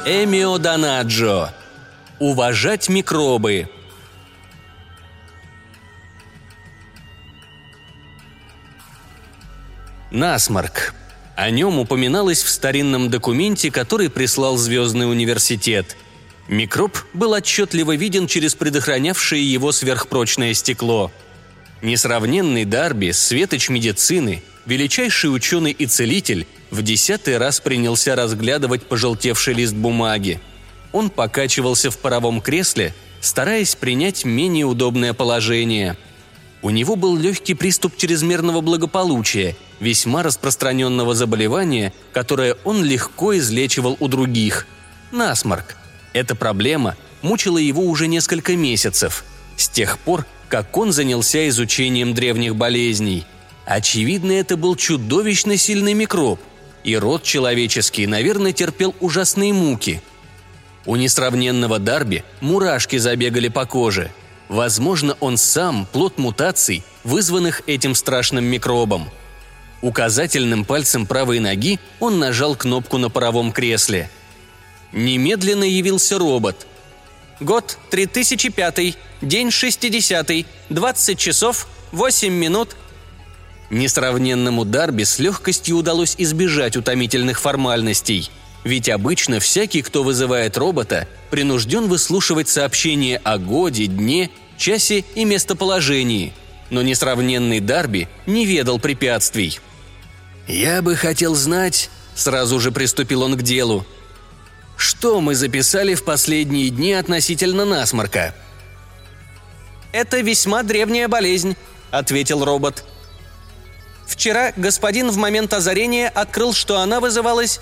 Эмио Донаджо. Уважать микробы. Насморк. О нем упоминалось в старинном документе, который прислал Звездный университет. Микроб был отчетливо виден через предохранявшее его сверхпрочное стекло. Несравненный Дарби, светоч медицины, величайший ученый и целитель, в 10-й раз принялся разглядывать пожелтевший лист бумаги. Он покачивался в паровом кресле, стараясь принять менее удобное положение. У него был легкий приступ чрезмерного благополучия, весьма распространенного заболевания, которое он легко излечивал у других – насморк. Эта проблема мучила его уже несколько месяцев, с тех пор, как он занялся изучением древних болезней. Очевидно, это был чудовищно сильный микроб, и род человеческий, наверное, терпел ужасные муки. У несравненного Дарби мурашки забегали по коже. Возможно, он сам плод мутаций, вызванных этим страшным микробом. Указательным пальцем правой ноги он нажал кнопку на паровом кресле. Немедленно явился робот. «Год 3005, день 60, 20 часов, 8 минут». Несравненному Дарби с легкостью удалось избежать утомительных формальностей. Ведь обычно всякий, кто вызывает робота, принужден выслушивать сообщения о годе, дне, часе и местоположении. Но несравненный Дарби не ведал препятствий. «Я бы хотел знать», — сразу же приступил он к делу, «что мы записали в последние дни относительно насморка?» «Это весьма древняя болезнь», — ответил робот. «Вчера господин в момент озарения открыл, что она вызывалась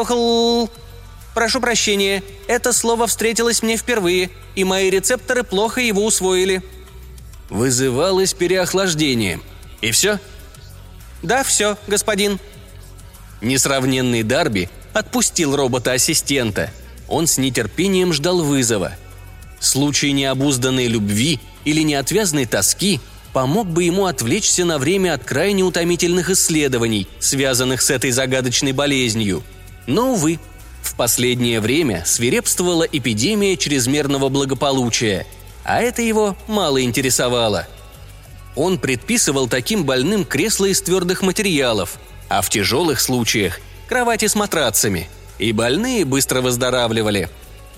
Прошу прощения, это слово встретилось мне впервые, и мои рецепторы плохо его усвоили». «Вызывалось переохлаждение. И все?» «Да, все, господин». Несравненный Дарби отпустил робота-ассистента. Он с нетерпением ждал вызова. Случай необузданной любви или неотвязной тоски помог бы ему отвлечься на время от крайне утомительных исследований, связанных с этой загадочной болезнью. Но, увы, в последнее время свирепствовала эпидемия чрезмерного благополучия, а это его мало интересовало. Он предписывал таким больным кресла из твердых материалов, а в тяжелых случаях – кровати с матрацами, и больные быстро выздоравливали.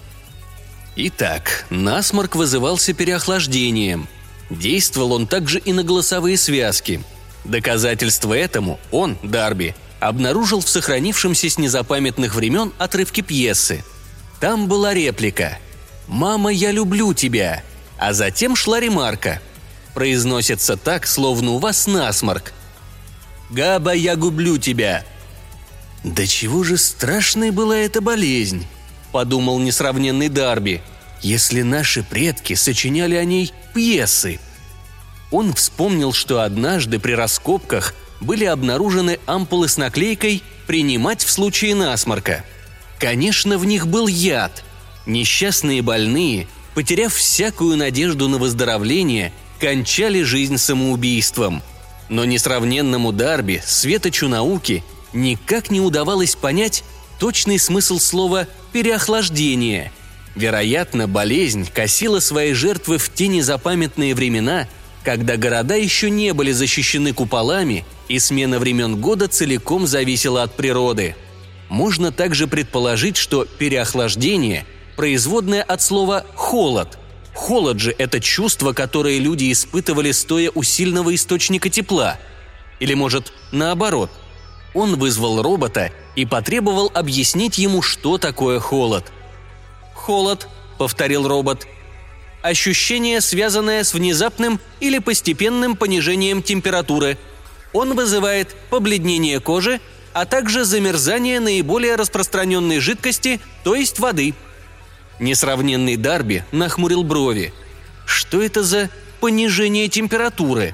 Итак, насморк вызывался переохлаждением. Действовал он также и на голосовые связки. Доказательство этому он, Дарби, обнаружил в сохранившемся с незапамятных времен отрывке пьесы. Там была реплика «Мама, я люблю тебя», а затем шла ремарка. Произносится так, словно у вас насморк. «Габа, я гублю тебя». «Да чего же страшной была эта болезнь?» – подумал несравненный Дарби, «если наши предки сочиняли о ней пьесы». Он вспомнил, что однажды при раскопках были обнаружены ампулы с наклейкой «Принимать в случае насморка». Конечно, в них был яд. Несчастные больные, потеряв всякую надежду на выздоровление, кончали жизнь самоубийством. Но несравненному Дарби, светочу науки, никак не удавалось понять точный смысл слова «переохлаждение». Вероятно, болезнь косила свои жертвы в те незапамятные времена, когда города еще не были защищены куполами, и смена времен года целиком зависела от природы. Можно также предположить, что переохлаждение – производное от слова «холод». Холод же – это чувство, которое люди испытывали, стоя у сильного источника тепла. Или, может, наоборот. Он вызвал робота и потребовал объяснить ему, что такое холод. «Холод», – повторил робот. «Ощущение, связанное с внезапным или постепенным понижением температуры. Он вызывает побледнение кожи, а также замерзание наиболее распространенной жидкости, то есть воды». Несравненный Дарби нахмурил брови. Что это за понижение температуры?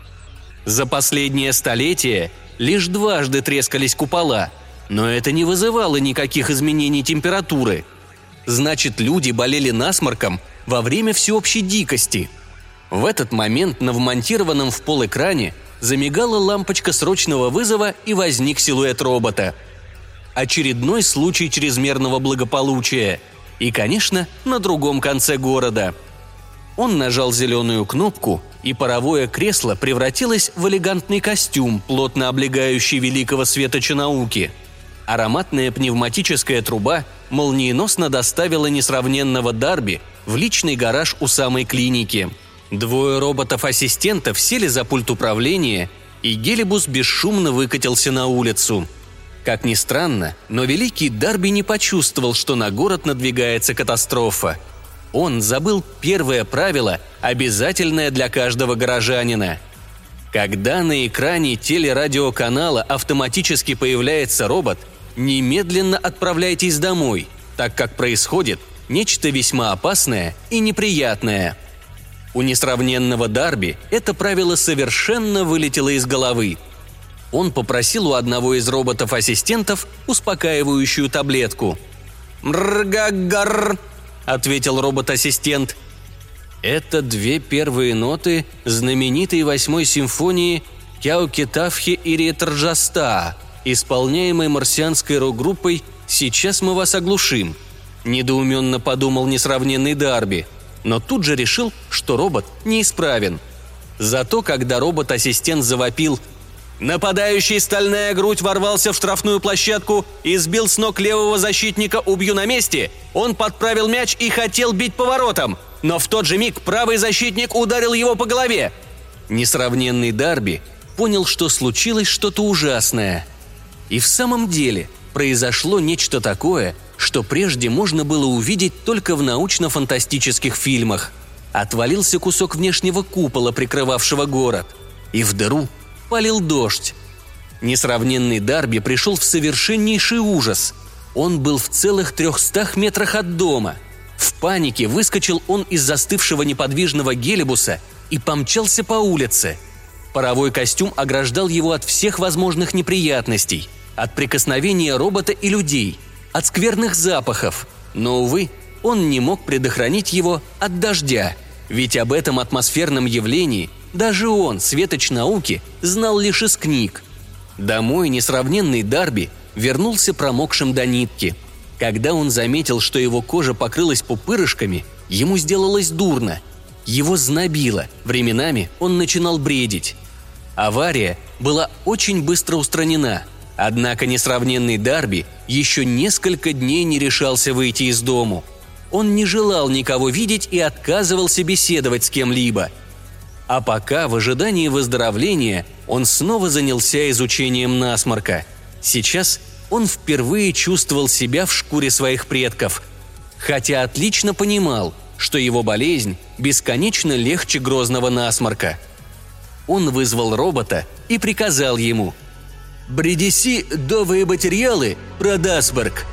За последнее столетие лишь дважды трескались купола, но это не вызывало никаких изменений температуры. Значит, люди болели насморком во время всеобщей дикости. В этот момент на вмонтированном в пол экране замигала лампочка срочного вызова, и возник силуэт робота. очередной случай чрезмерного благополучия. И, конечно, на другом конце города. Он нажал зеленую кнопку, и паровое кресло превратилось в элегантный костюм, плотно облегающий великого светоча науки. Ароматная пневматическая труба молниеносно доставила несравненного Дарби в личный гараж у самой клиники. Двое роботов-ассистентов сели за пульт управления, и Гелибус бесшумно выкатился на улицу. Как ни странно, но великий Дарби не почувствовал, что на город надвигается катастрофа. Он забыл первое правило, обязательное для каждого горожанина. Когда на экране телерадиоканала автоматически появляется робот, немедленно отправляйтесь домой, так как происходит нечто весьма опасное и неприятное. У несравненного Дарби это правило совершенно вылетело из головы. Он попросил у одного из роботов-ассистентов успокаивающую таблетку. «Мргагар», — ответил робот-ассистент. «Это две первые ноты знаменитой 8-й симфонии Кяукетавхи Иритрджаста, исполняемой марсианской рок-группой «Сейчас мы вас оглушим», — недоуменно подумал несравненный Дарби, но тут же решил, что робот неисправен. Зато когда робот-ассистент завопил: «Нападающий стальная грудь ворвался в штрафную площадку и сбил с ног левого защитника, убью на месте», он подправил мяч и хотел бить поворотом, но в тот же миг правый защитник ударил его по голове. Несравненный Дарби понял, что случилось что-то ужасное. И в самом деле произошло нечто такое, что прежде можно было увидеть только в научно-фантастических фильмах. Отвалился кусок внешнего купола, прикрывавшего город, и в дыру полил дождь. Несравненный Дарби пришел в совершеннейший ужас. Он был в целых 300 метрах от дома. В панике выскочил он из застывшего неподвижного Гелибуса и помчался по улице. Паровой костюм ограждал его от всех возможных неприятностей, от прикосновения робота и людей, от скверных запахов. Но, увы, он не мог предохранить его от дождя, ведь об этом атмосферном явлении даже он, светоч науки, знал лишь из книг. Домой несравненный Дарби вернулся промокшим до нитки. Когда он заметил, что его кожа покрылась пупырышками, ему сделалось дурно. Его знобило, временами он начинал бредить. Авария была очень быстро устранена, однако несравненный Дарби еще несколько дней не решался выйти из дому. Он не желал никого видеть и отказывался беседовать с кем-либо. А пока, в ожидании выздоровления, он снова занялся изучением насморка. Сейчас он впервые чувствовал себя в шкуре своих предков, хотя отлично понимал, что его болезнь бесконечно легче грозного насморка. Он вызвал робота и приказал ему: «Принеси новые материалы про насморк».